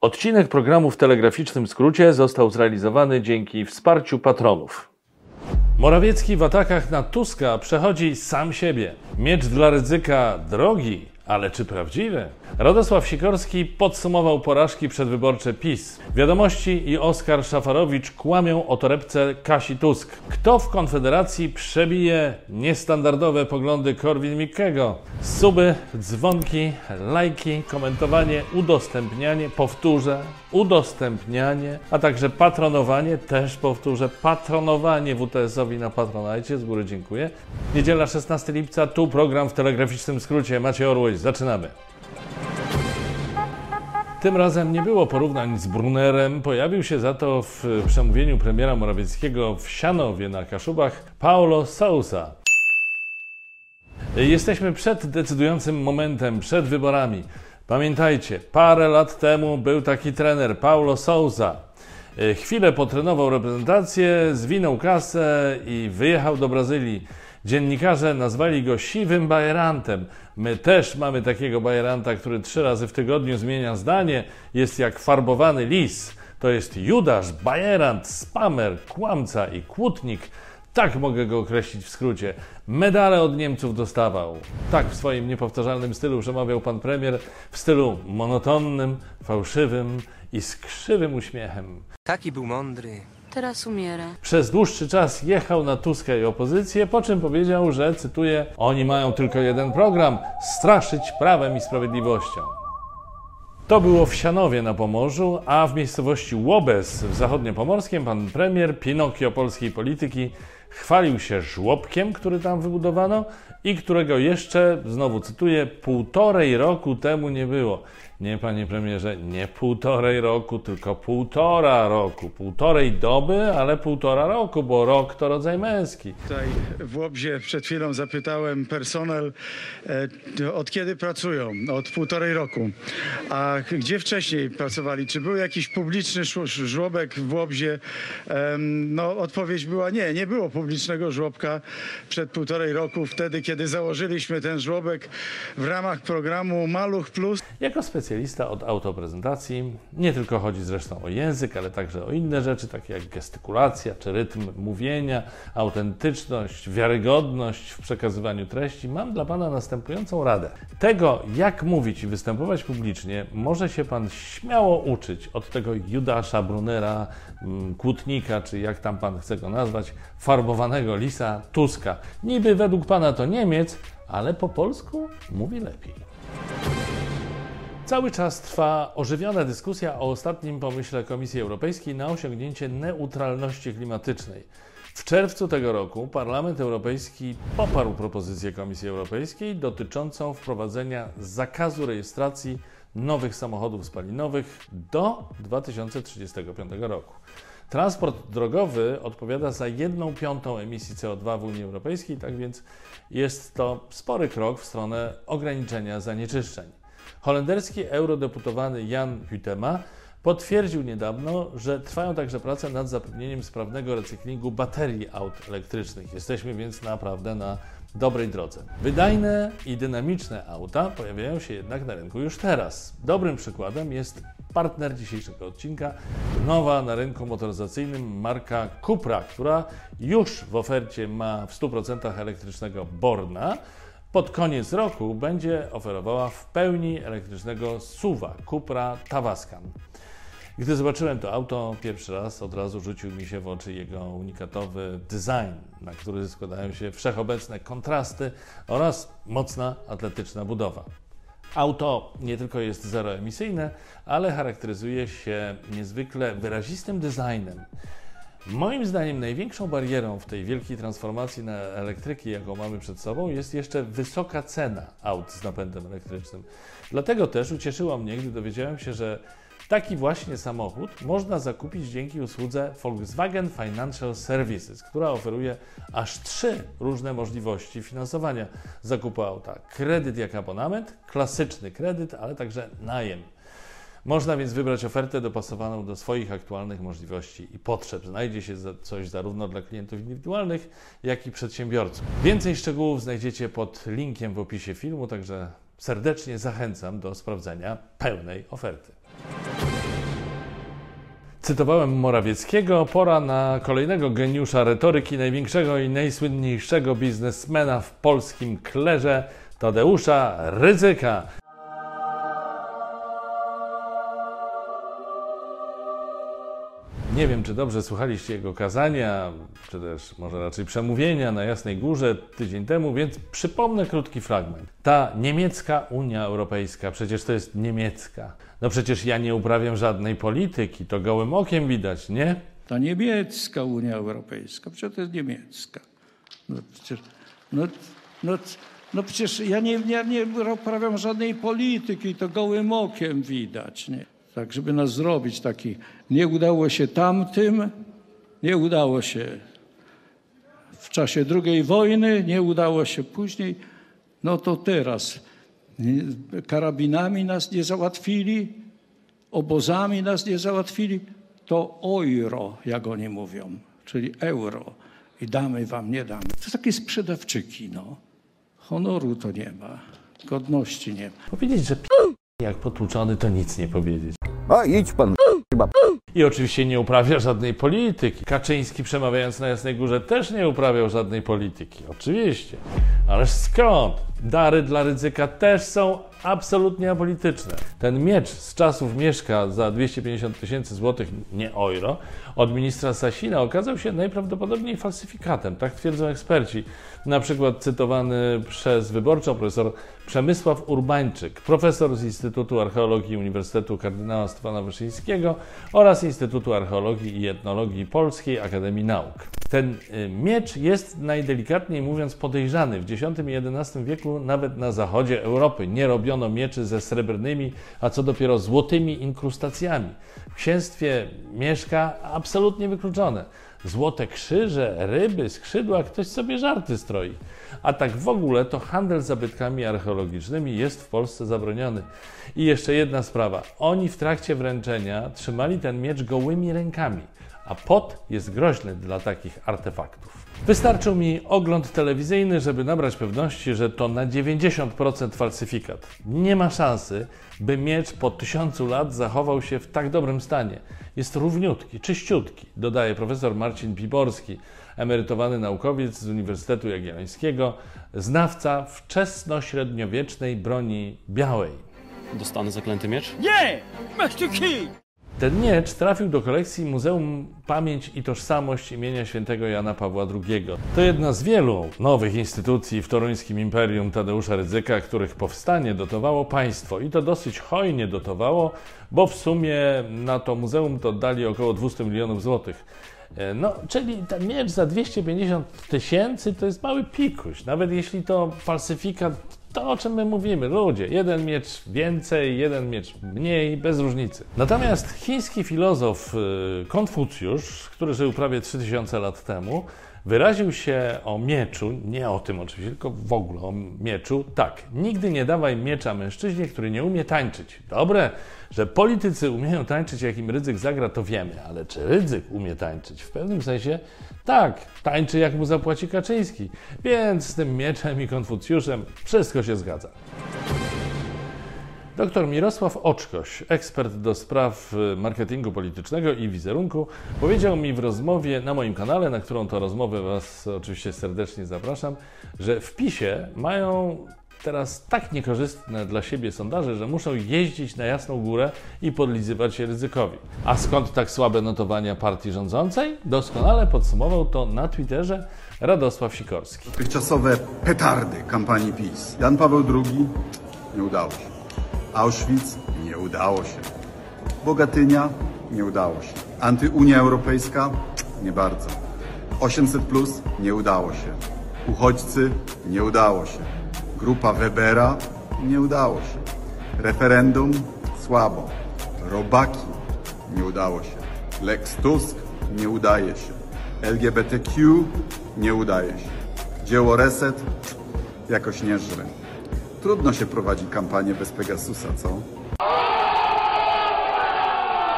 Odcinek programu w telegraficznym skrócie został zrealizowany dzięki wsparciu patronów. Morawiecki w atakach na Tuska przechodzi sam siebie. Miecz dla Rydzyka drogi, ale czy prawdziwy? Radosław Sikorski podsumował porażki przedwyborcze PiS. Wiadomości i Oskar Szafarowicz kłamią o torebce Kasi Tusk. Kto w Konfederacji przebije niestandardowe poglądy Korwin-Mikkego? Suby, dzwonki, lajki, komentowanie, udostępnianie, powtórzę, udostępnianie, a także patronowanie, też powtórzę, patronowanie WTS-owi na Patronite, z góry dziękuję. Niedziela 16 lipca, tu program w telegraficznym skrócie. Maciej Orłoś, zaczynamy. Tym razem nie było porównań z Brunnerem, pojawił się za to w przemówieniu premiera Morawieckiego w Sianowie na Kaszubach Paulo Sousa. Jesteśmy przed decydującym momentem, przed wyborami. Pamiętajcie, parę lat temu był taki trener, Paulo Sousa. Chwilę potrenował reprezentację, zwinął kasę i wyjechał do Brazylii. Dziennikarze nazwali go siwym bajerantem. My też mamy takiego bajeranta, który 3 razy w tygodniu zmienia zdanie. Jest jak farbowany lis. To jest Judasz, bajerant, spamer, kłamca i kłótnik. Tak mogę go określić w skrócie. Medale od Niemców dostawał. Tak w swoim niepowtarzalnym stylu przemawiał pan premier, w stylu monotonnym, fałszywym i z krzywym uśmiechem. Taki był mądry. Teraz umiera. Przez dłuższy czas jechał na Tuska i opozycję, po czym powiedział, że, cytuję, oni mają tylko jeden program – straszyć prawem i sprawiedliwością. To było w Sianowie na Pomorzu, a w miejscowości Łobez w zachodniopomorskiem pan premier, Pinokio polskiej polityki, chwalił się żłobkiem, który tam wybudowano i którego jeszcze, znowu cytuję, 1,5 roku temu nie było. Nie, panie premierze, nie 1,5 roku, tylko 1,5 roku. 1,5 doby, ale 1,5 roku, bo rok to rodzaj męski. Tutaj w Łobzie przed chwilą zapytałem personel, od kiedy pracują? Od 1,5 roku. A gdzie wcześniej pracowali? Czy był jakiś publiczny żłobek w Łobzie? No, odpowiedź była nie, nie było publicznego żłobka przed 1,5 roku, wtedy kiedy założyliśmy ten żłobek w ramach programu Maluch Plus. Jako specjalista od autoprezentacji, nie tylko chodzi zresztą o język, ale także o inne rzeczy, takie jak gestykulacja czy rytm mówienia, autentyczność, wiarygodność w przekazywaniu treści, mam dla pana następującą radę. Tego, jak mówić i występować publicznie, może się pan śmiało uczyć od tego Judasza, Brunnera, kłótnika, czy jak tam pan chce go nazwać, farbowanego lisa Tuska. Niby według pana to Niemiec, ale po polsku mówi lepiej. Cały czas trwa ożywiona dyskusja o ostatnim pomyśle Komisji Europejskiej na osiągnięcie neutralności klimatycznej. W czerwcu tego roku Parlament Europejski poparł propozycję Komisji Europejskiej dotyczącą wprowadzenia zakazu rejestracji nowych samochodów spalinowych do 2035 roku. Transport drogowy odpowiada za 1/5 emisji CO2 w Unii Europejskiej, tak więc jest to spory krok w stronę ograniczenia zanieczyszczeń. Holenderski eurodeputowany Jan Huytema potwierdził niedawno, że trwają także prace nad zapewnieniem sprawnego recyklingu baterii aut elektrycznych. Jesteśmy więc naprawdę na dobrej drodze. Wydajne i dynamiczne auta pojawiają się jednak na rynku już teraz. Dobrym przykładem jest partner dzisiejszego odcinka, nowa na rynku motoryzacyjnym marka Cupra, która już w ofercie ma w 100% elektrycznego Borna. Pod koniec roku będzie oferowała w pełni elektrycznego SUV-a Cupra Tavascan. Gdy zobaczyłem to auto pierwszy raz, od razu rzucił mi się w oczy jego unikatowy design, na który składają się wszechobecne kontrasty oraz mocna, atletyczna budowa. Auto nie tylko jest zeroemisyjne, ale charakteryzuje się niezwykle wyrazistym designem. Moim zdaniem największą barierą w tej wielkiej transformacji na elektryki, jaką mamy przed sobą, jest jeszcze wysoka cena aut z napędem elektrycznym. Dlatego też ucieszyło mnie, gdy dowiedziałem się, że taki właśnie samochód można zakupić dzięki usłudze Volkswagen Financial Services, która oferuje aż 3 różne możliwości finansowania zakupu auta. Kredyt jak abonament, klasyczny kredyt, ale także najem. Można więc wybrać ofertę dopasowaną do swoich aktualnych możliwości i potrzeb. Znajdzie się coś zarówno dla klientów indywidualnych, jak i przedsiębiorców. Więcej szczegółów znajdziecie pod linkiem w opisie filmu, także serdecznie zachęcam do sprawdzenia pełnej oferty. Cytowałem Morawieckiego, pora na kolejnego geniusza retoryki, największego i najsłynniejszego biznesmena w polskim klerze, Tadeusza Rydzyka. Nie wiem, czy dobrze słuchaliście jego kazania, czy też może raczej przemówienia na Jasnej Górze tydzień temu, więc przypomnę krótki fragment. Ta niemiecka Unia Europejska, przecież to jest niemiecka. No przecież ja nie uprawiam żadnej polityki, to gołym okiem widać, nie? Ta niemiecka Unia Europejska, przecież to jest niemiecka. Przecież ja nie uprawiam żadnej polityki, to gołym okiem widać, nie? Tak, żeby nas zrobić taki, nie udało się tamtym, nie udało się w czasie II wojny, nie udało się później, no to teraz karabinami nas nie załatwili, obozami nas nie załatwili, to euro, jak oni mówią, czyli euro i damy wam, nie damy. To takie sprzedawczyki, no. Honoru to nie ma, godności nie ma. Powiedzieć, że jak potłuczony, to nic nie powiedzieć. A idź pan, chyba. I oczywiście nie uprawia żadnej polityki. Kaczyński, przemawiając na Jasnej Górze, też nie uprawiał żadnej polityki. Oczywiście. Ależ skąd? Dary dla Rydzyka też są absolutnie apolityczne. Ten miecz z czasów Mieszka za 250 000 złotych, nie euro, od ministra Sasina okazał się najprawdopodobniej falsyfikatem. Tak twierdzą eksperci. Na przykład cytowany przez Wyborczą profesor Przemysław Urbańczyk, profesor z Instytutu Archeologii Uniwersytetu Kardynała Stefana Wyszyńskiego oraz Instytutu Archeologii i Etnologii Polskiej Akademii Nauk. Ten miecz jest najdelikatniej mówiąc podejrzany. W X i XI wieku nawet na zachodzie Europy nie robiono mieczy ze srebrnymi, a co dopiero złotymi inkrustacjami. W księstwie Mieszka absolutnie wykluczone. Złote krzyże, ryby, skrzydła, ktoś sobie żarty stroi. A tak w ogóle to handel zabytkami archeologicznymi jest w Polsce zabroniony. I jeszcze jedna sprawa. Oni w trakcie wręczenia trzymali ten miecz gołymi rękami, a pot jest groźny dla takich artefaktów. Wystarczył mi ogląd telewizyjny, żeby nabrać pewności, że to na 90% falsyfikat. Nie ma szansy, by miecz po 1000 lat zachował się w tak dobrym stanie. Jest równiutki, czyściutki, dodaje profesor Marcin Piborski, emerytowany naukowiec z Uniwersytetu Jagiellońskiego, znawca wczesnośredniowiecznej broni białej. Dostanę zaklęty miecz? Nie! Masz tu kij! Ten miecz trafił do kolekcji Muzeum Pamięć i Tożsamość imienia świętego Jana Pawła II. To jedna z wielu nowych instytucji w toruńskim imperium Tadeusza Rydzyka, których powstanie dotowało państwo. I to dosyć hojnie dotowało, bo w sumie na to muzeum to dali około 200 milionów złotych. No, czyli ten miecz za 250 000 to jest mały pikuś. Nawet jeśli to falsyfikat, to o czym my mówimy? Ludzie, jeden miecz więcej, jeden miecz mniej, bez różnicy. Natomiast chiński filozof Konfucjusz, który żył prawie 3000 lat temu, wyraził się o mieczu, nie o tym oczywiście, tylko w ogóle o mieczu. Tak, nigdy nie dawaj miecza mężczyźnie, który nie umie tańczyć. Dobre, że politycy umieją tańczyć, jak im Rydzyk zagra, to wiemy, ale czy Rydzyk umie tańczyć? W pewnym sensie tak, tańczy jak mu zapłaci Kaczyński, więc z tym mieczem i Konfucjuszem wszystko się zgadza. Dr Mirosław Oczkoś, ekspert do spraw marketingu politycznego i wizerunku, powiedział mi w rozmowie na moim kanale, na którą to rozmowę Was oczywiście serdecznie zapraszam, że w PiS-ie mają teraz tak niekorzystne dla siebie sondaże, że muszą jeździć na Jasną Górę i podlizywać się Rydzykowi. A skąd tak słabe notowania partii rządzącej? Doskonale podsumował to na Twitterze Radosław Sikorski. Dotychczasowe petardy kampanii PiS. Jan Paweł II nie udało się. Auschwitz nie udało się. Bogatynia nie udało się. Antyunia Europejska nie bardzo. 800+ nie udało się. Uchodźcy nie udało się. Grupa Webera nie udało się. Referendum słabo. Robaki nie udało się. Lex Tusk nie udaje się. LGBTQ nie udaje się. Dzieło Reset jakoś nie żre. Trudno się prowadzi kampanię bez Pegasusa, co?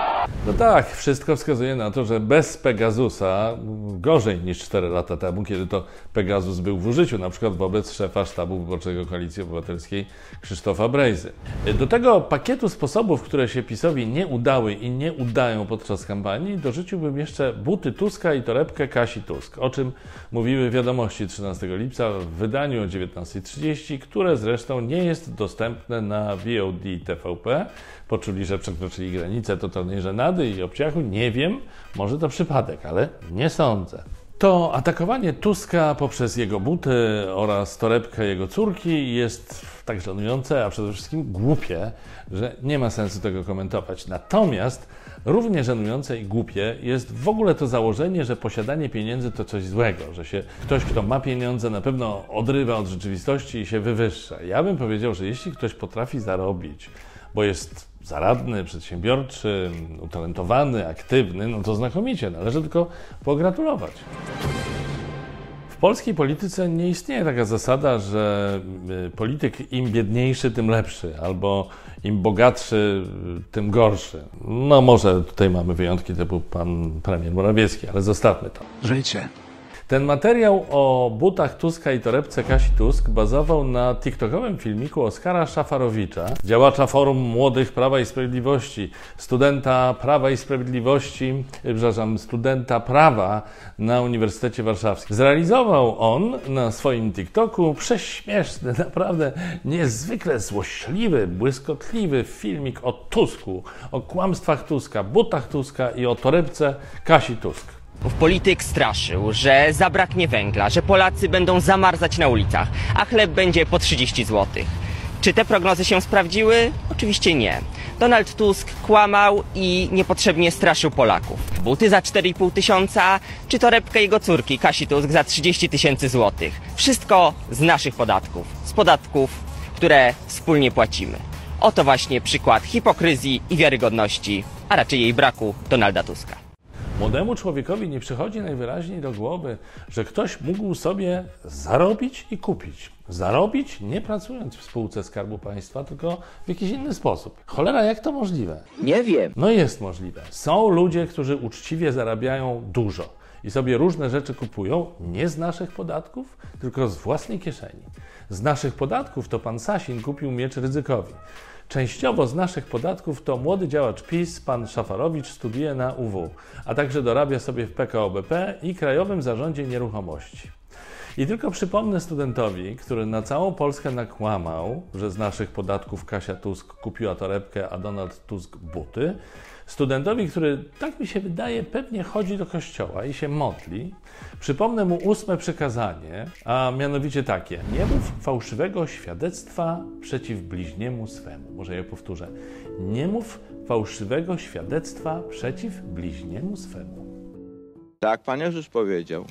No tak, wszystko wskazuje na to, że bez Pegasusa gorzej niż 4 lata temu, kiedy to Pegasus był w użyciu, na przykład wobec szefa sztabu wyborczego Koalicji Obywatelskiej Krzysztofa Brejzy. Do tego pakietu sposobów, które się PiS-owi nie udały i nie udają podczas kampanii, dorzuciłbym jeszcze buty Tuska i torebkę Kasi Tusk, o czym mówiły Wiadomości 13 lipca w wydaniu o 19:30, które zresztą nie jest dostępne na VOD TVP. Poczuli, że przekroczyli granicę totalnej żenady i obciachu. Nie wiem, może to przypadek, ale nie sądzę. To atakowanie Tuska poprzez jego buty oraz torebkę jego córki jest tak żenujące, a przede wszystkim głupie, że nie ma sensu tego komentować. Natomiast równie żenujące i głupie jest w ogóle to założenie, że posiadanie pieniędzy to coś złego, że się ktoś, kto ma pieniądze, na pewno odrywa od rzeczywistości i się wywyższa. Ja bym powiedział, że jeśli ktoś potrafi zarobić, bo jest zaradny, przedsiębiorczy, utalentowany, aktywny, no to znakomicie, należy tylko pogratulować. W polskiej polityce nie istnieje taka zasada, że polityk im biedniejszy, tym lepszy, albo im bogatszy, tym gorszy. No może tutaj mamy wyjątki typu pan premier Morawiecki, ale zostawmy to. Życie. Ten materiał o butach Tuska i torebce Kasi Tusk bazował na tiktokowym filmiku Oskara Szafarowicza, działacza Forum Młodych Prawa i Sprawiedliwości, studenta prawa na Uniwersytecie Warszawskim. Zrealizował on na swoim TikToku prześmieszny, naprawdę niezwykle złośliwy, błyskotliwy filmik o Tusku, o kłamstwach Tuska, butach Tuska i o torebce Kasi Tusk. Polityk straszył, że zabraknie węgla, że Polacy będą zamarzać na ulicach, a chleb będzie po 30 zł. Czy te prognozy się sprawdziły? Oczywiście nie. Donald Tusk kłamał i niepotrzebnie straszył Polaków. Buty za 4,5 tysiąca, czy torebkę jego córki Kasi Tusk za 30 000 złotych. Wszystko z naszych podatków. Z podatków, które wspólnie płacimy. Oto właśnie przykład hipokryzji i wiarygodności, a raczej jej braku Donalda Tuska. Młodemu człowiekowi nie przychodzi najwyraźniej do głowy, że ktoś mógł sobie zarobić i kupić. Zarobić nie pracując w spółce Skarbu Państwa, tylko w jakiś inny sposób. Cholera, jak to możliwe? Nie wiem. No jest możliwe. Są ludzie, którzy uczciwie zarabiają dużo i sobie różne rzeczy kupują nie z naszych podatków, tylko z własnej kieszeni. Z naszych podatków to pan Sasin kupił miecz Rydzykowi. Częściowo z naszych podatków to młody działacz PiS, pan Szafarowicz, studiuje na UW, a także dorabia sobie w PKO BP i Krajowym Zarządzie Nieruchomości. I tylko przypomnę studentowi, który na całą Polskę nakłamał, że z naszych podatków Kasia Tusk kupiła torebkę, a Donald Tusk buty. Studentowi, który, tak mi się wydaje, pewnie chodzi do kościoła i się modli. Przypomnę mu 8. przykazanie, a mianowicie takie. Nie mów fałszywego świadectwa przeciw bliźniemu swemu. Może je powtórzę. Nie mów fałszywego świadectwa przeciw bliźniemu swemu. Tak, Pan Jezus powiedział.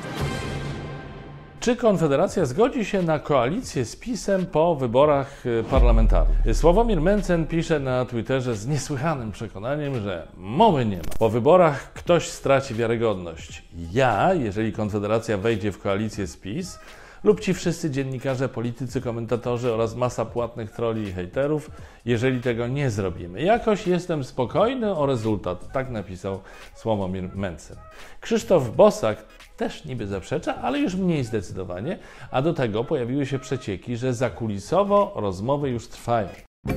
Czy Konfederacja zgodzi się na koalicję z PiS-em po wyborach parlamentarnych? Sławomir Mencen pisze na Twitterze z niesłychanym przekonaniem, że mowy nie ma. Po wyborach ktoś straci wiarygodność. Ja, jeżeli Konfederacja wejdzie w koalicję z PiS, lub ci wszyscy dziennikarze, politycy, komentatorzy oraz masa płatnych trolli i hejterów, jeżeli tego nie zrobimy. Jakoś jestem spokojny o rezultat, tak napisał Sławomir Mencen. Krzysztof Bosak też niby zaprzecza, ale już mniej zdecydowanie, a do tego pojawiły się przecieki, że zakulisowo rozmowy już trwają.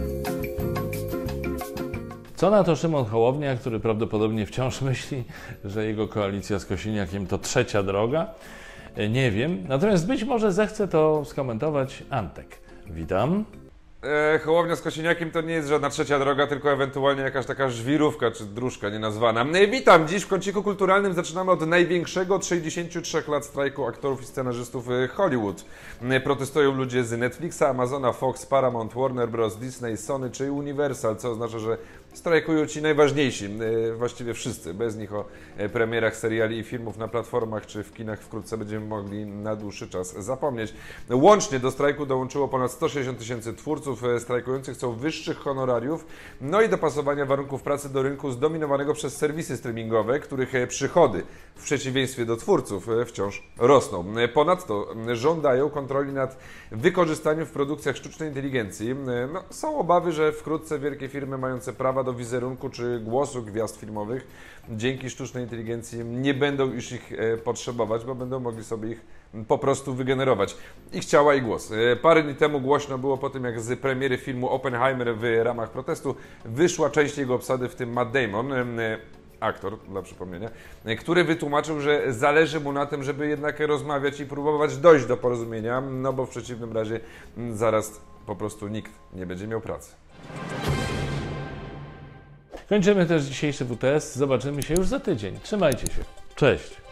Co na to Szymon Hołownia, który prawdopodobnie wciąż myśli, że jego koalicja z Kosiniakiem to trzecia droga? Nie wiem, natomiast być może zechce to skomentować Antek. Witam. Hołownia z Kosiniakiem to nie jest żadna trzecia droga, tylko ewentualnie jakaś taka żwirówka czy dróżka nienazwana. Witam! Dziś w kąciku kulturalnym zaczynamy od największego od 63 lat strajku aktorów i scenarzystów Hollywood. Protestują ludzie z Netflixa, Amazona, Fox, Paramount, Warner Bros., Disney, Sony czy Universal, co oznacza, że strajkują ci najważniejsi, właściwie wszyscy. Bez nich o premierach seriali i filmów na platformach czy w kinach wkrótce będziemy mogli na dłuższy czas zapomnieć. Łącznie do strajku dołączyło ponad 160 000 twórców. Strajkujących chcą wyższych honorariów, no i dopasowania warunków pracy do rynku zdominowanego przez serwisy streamingowe, których przychody w przeciwieństwie do twórców wciąż rosną. Ponadto żądają kontroli nad wykorzystaniem w produkcjach sztucznej inteligencji. Są obawy, że wkrótce wielkie firmy mające prawa prawa do wizerunku czy głosu gwiazd filmowych dzięki sztucznej inteligencji nie będą już ich potrzebować, bo będą mogli sobie ich po prostu wygenerować. Ich ciała i głos. Parę dni temu głośno było po tym, jak z premiery filmu Oppenheimer w ramach protestu wyszła część jego obsady, w tym Matt Damon, aktor, dla przypomnienia, który wytłumaczył, że zależy mu na tym, żeby jednak rozmawiać i próbować dojść do porozumienia, no bo w przeciwnym razie zaraz po prostu nikt nie będzie miał pracy. Kończymy też dzisiejszy WTS. Zobaczymy się już za tydzień. Trzymajcie się. Cześć.